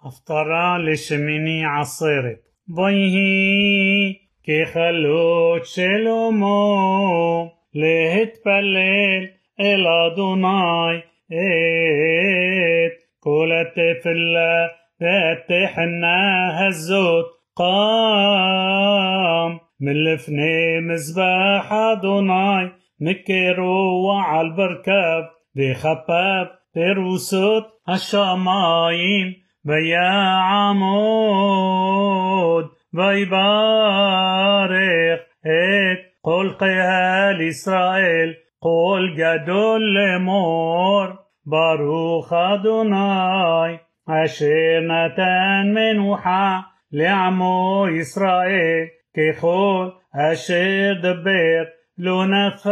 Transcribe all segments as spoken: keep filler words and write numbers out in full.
הפטרה לשמיני עצרת. ויהי ככלות שלמה להתפלל אל אדוני את כל התפילה והתחנה הזאת. קם מלפני מזבח אדוני מקרוע על ברכיו וכפיו פרוסות השמיים ויעמוד ויברך את כל קהל ישראל קול גדול לאמור ברוך אדוני אשר נתן מנוחה לעמו ישראל ככל אשר דבר לא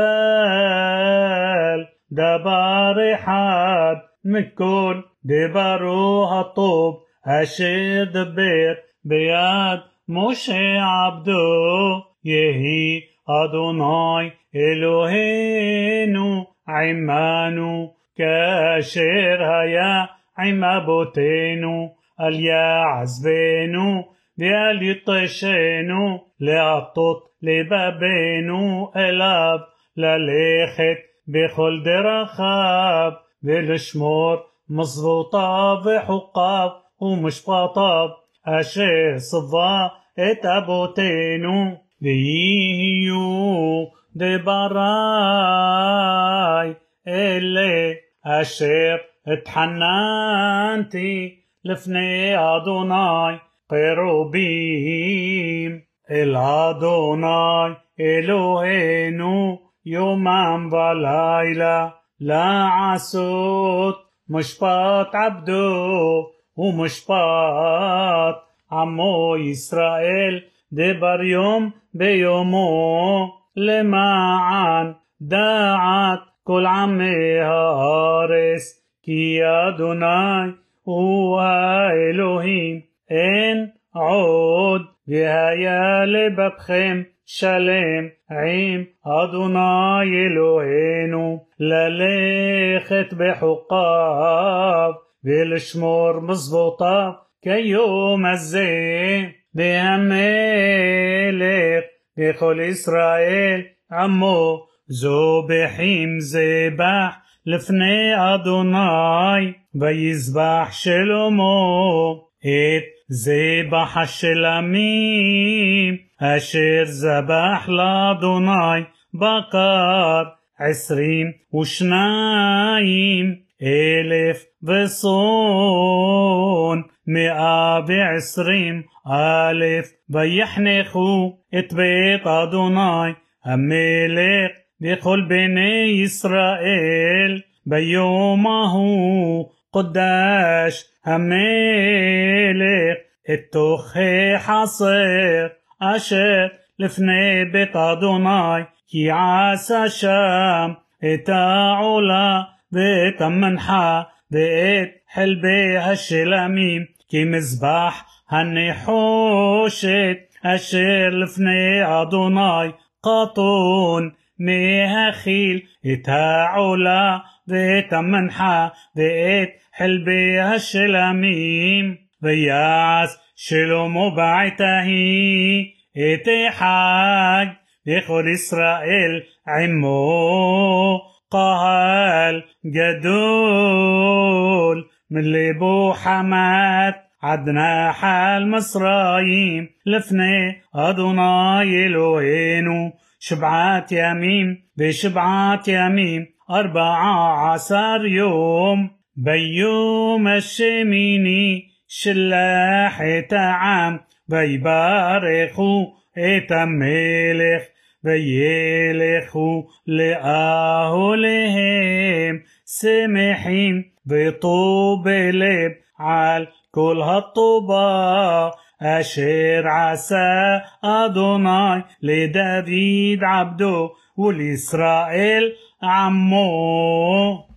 נפל דבר אחד מכל דברו הטוב אשר דבר ביד משה עבדו. יהי אדוני אלוהינו עמנו כאשר היה עם אבותינו, אל יעזבנו ואל יתשנו, להטות לבבנו אליו, ללכת בכל דרכיו ולשמור מצוותיו וחוקיו ומשפטיו אשר צווה את אבותינו. ויהיו דברי אלה אשר התחננתי לפני אדוני קרובים אל אדוני אלוהינו יומם ולילה, לעשות משפט עבדו ומשפט עמו ישראל דבר יום ביומו, למען דעת כל עמי הארץ כי אדוני הוא האלוהים אין עוד. והיה לבבכם שלם עם אדוני אלוהינו, ללכת בחוקיו ולשמור מצוותיו כיום הזה. והמלך וכל ישראל עמו זובחים זבח לפני אדוני. ויזבח שלמה את זבח השלמים אשר זבח לאדוני בקר עשרים ושניים אלף וצאן מאה ועשרים אלף. ויחנכו את בית אדוני המלך וכל בני ישראל ביום ההוא קדש המלך את תוכי חצר אשר לפני בית אדוני, כי עשה שם את העולה ואת המנחה ואת חלבי השלמים כמזבח הנחושת אשר לפני אדוני קטון מהכיל את העולה ואת המנחה ואת חלבי השלמים. ויעש שלמה בעת ההיא את חג וכל ישראל עמו קהל גדול מלבו חמת עד נחל מצרים לפני אדוני אלוהינו שבעת ימים ושבעת ימים ארבעה עשר יום. ביום השמיני שלח את העם ויברכו את המלך וילכו לאהליהם שמחים וטוב בלב על כל הטובה אשר עשה אדוני לדוד עבדו ולישראל עמו.